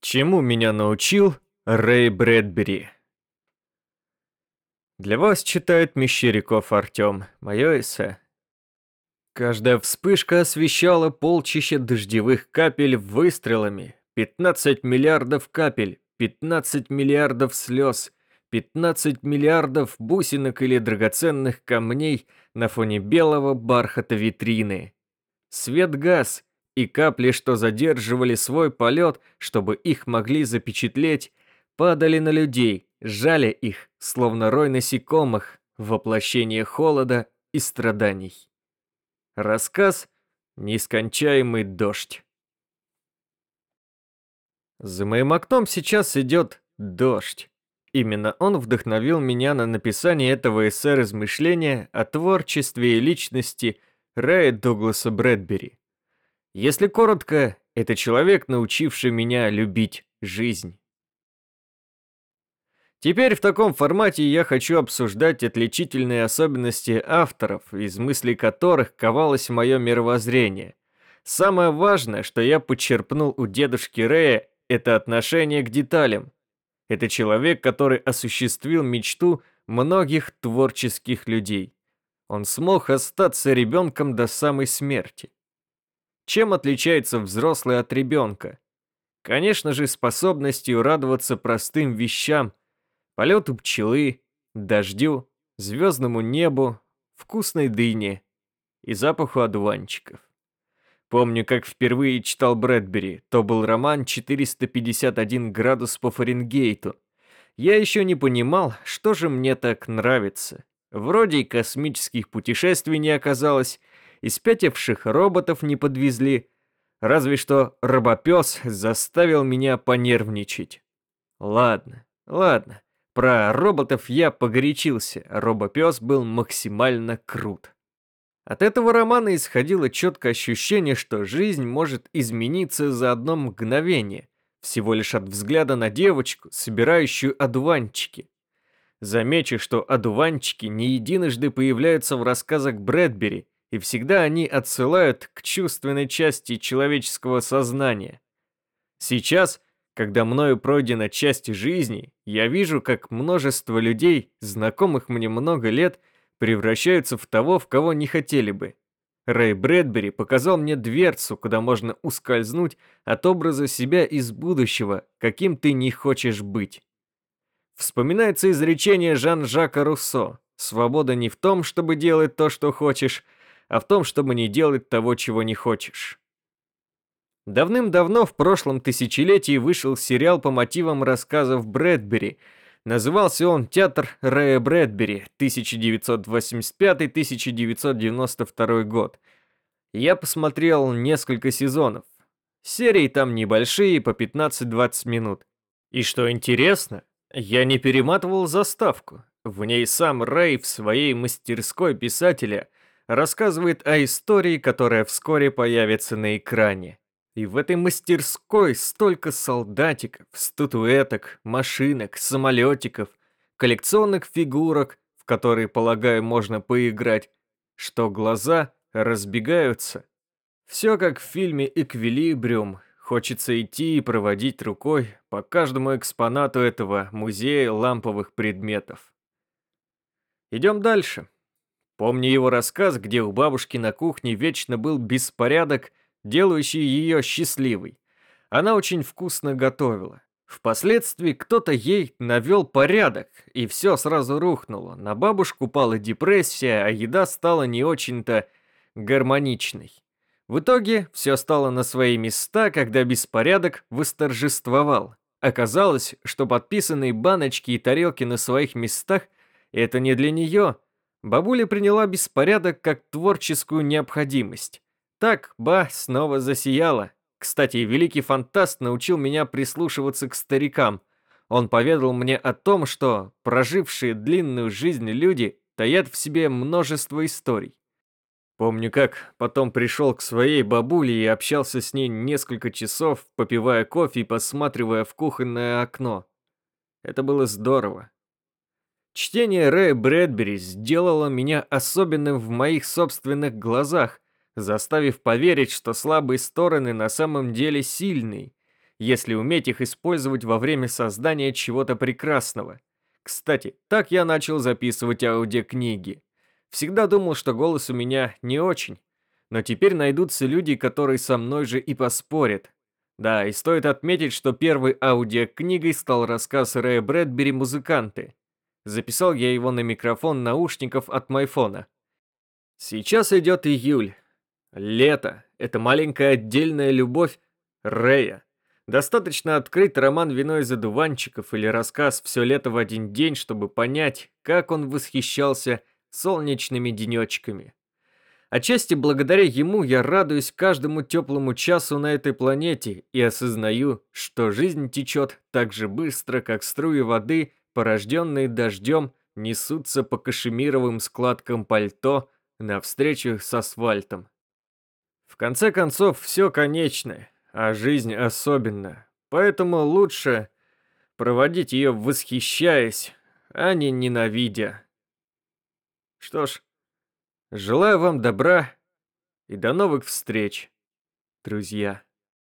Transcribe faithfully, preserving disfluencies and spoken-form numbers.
Чему меня научил Рэй Брэдбери? Для вас читает Мещеряков Артём, моё эссе. Каждая вспышка освещала полчища дождевых капель выстрелами. пятнадцать миллиардов капель, пятнадцать миллиардов слез, пятнадцать миллиардов бусинок или драгоценных камней на фоне белого бархата витрины. Свет гас, и капли, что задерживали свой полет, чтобы их могли запечатлеть, падали на людей, сжали их, словно рой насекомых, воплощение холода и страданий. Рассказ «Нескончаемый дождь». За моим окном сейчас идет дождь. Именно он вдохновил меня на написание этого эссе размышления о творчестве и личности Рэя Дугласа Брэдбери. Если коротко, это человек, научивший меня любить жизнь. Теперь в таком формате я хочу обсуждать отличительные особенности авторов, из мыслей которых ковалось мое мировоззрение. Самое важное, что я подчерпнул у дедушки Рэя, это отношение к деталям. Это человек, который осуществил мечту многих творческих людей. Он смог остаться ребенком до самой смерти. Чем отличается взрослый от ребенка? Конечно же, способностью радоваться простым вещам, полету пчелы, дождю, звездному небу, вкусной дыне и запаху одуванчиков. Помню, как впервые читал Брэдбери, то был роман «четыреста пятьдесят один градус по Фаренгейту». Я еще не понимал, что же мне так нравится. Вроде и космических путешествий не оказалось, и спятивших роботов не подвезли, разве что робопес заставил меня понервничать. Ладно, ладно. Про роботов я погорячился, робопес был максимально крут. От этого романа исходило четкое ощущение, что жизнь может измениться за одно мгновение, всего лишь от взгляда на девочку, собирающую одуванчики. Замечу, что одуванчики не единожды появляются в рассказах Брэдбери, и всегда они отсылают к чувственной части человеческого сознания. Сейчас, когда мною пройдена часть жизни, я вижу, как множество людей, знакомых мне много лет, превращаются в того, в кого не хотели бы. Рэй Брэдбери показал мне дверцу, куда можно ускользнуть от образа себя из будущего, каким ты не хочешь быть. Вспоминается изречение Жан-Жака Руссо: «Свобода не в том, чтобы делать то, что хочешь, а в том, чтобы не делать того, чего не хочешь». Давным-давно в прошлом тысячелетии вышел сериал по мотивам рассказов Брэдбери. Назывался он «Театр Рэя Брэдбери», тысяча девятьсот восемьдесят пятый — тысяча девятьсот девяносто второй год. Я посмотрел несколько сезонов. Серии там небольшие, по пятнадцать-двадцать минут. И что интересно, я не перематывал заставку. В ней сам Рэй в своей мастерской писателя рассказывает о истории, которая вскоре появится на экране. И в этой мастерской столько солдатиков, статуэток, машинок, самолетиков, коллекционных фигурок, в которые, полагаю, можно поиграть, что глаза разбегаются. Все как в фильме «Эквилибриум». Хочется идти и проводить рукой по каждому экспонату этого музея ламповых предметов. Идем дальше. Помню его рассказ, где у бабушки на кухне вечно был беспорядок, делающий ее счастливой. Она очень вкусно готовила. Впоследствии кто-то ей навел порядок, и все сразу рухнуло. На бабушку пала депрессия, а еда стала не очень-то гармоничной. В итоге все стало на свои места, когда беспорядок восторжествовал. Оказалось, что подписанные баночки и тарелки на своих местах – это не для нее. Бабуля приняла беспорядок как творческую необходимость. Так ба снова засияла. Кстати, великий фантаст научил меня прислушиваться к старикам. Он поведал мне о том, что прожившие длинную жизнь люди таят в себе множество историй. Помню, как потом пришел к своей бабуле и общался с ней несколько часов, попивая кофе и посматривая в кухонное окно. Это было здорово. Чтение Рэя Брэдбери сделало меня особенным в моих собственных глазах, заставив поверить, что слабые стороны на самом деле сильные. если уметь их использовать во время создания чего-то прекрасного. Кстати, так я начал записывать аудиокниги. Всегда думал, что голос у меня не очень, но теперь найдутся люди, которые со мной же и поспорят. Да, и стоит отметить, что первой аудиокнигой стал рассказ Рэя Брэдбери «Музыканты». Записал я его на микрофон наушников от майфона. Сейчас идет июль. Лето — это маленькая отдельная любовь Рэя. Достаточно открыть роман «Вино из одуванчиков» или рассказ «Все лето в один день», чтобы понять, как он восхищался солнечными денечками. Отчасти благодаря ему я радуюсь каждому теплому часу на этой планете и осознаю, что жизнь течет так же быстро, как струи воды, порожденные дождем, несутся по кашемировым складкам пальто навстречу с асфальтом. В конце концов, все конечно, а жизнь особенна, поэтому лучше проводить ее восхищаясь, а не ненавидя. Что ж, желаю вам добра и до новых встреч, друзья.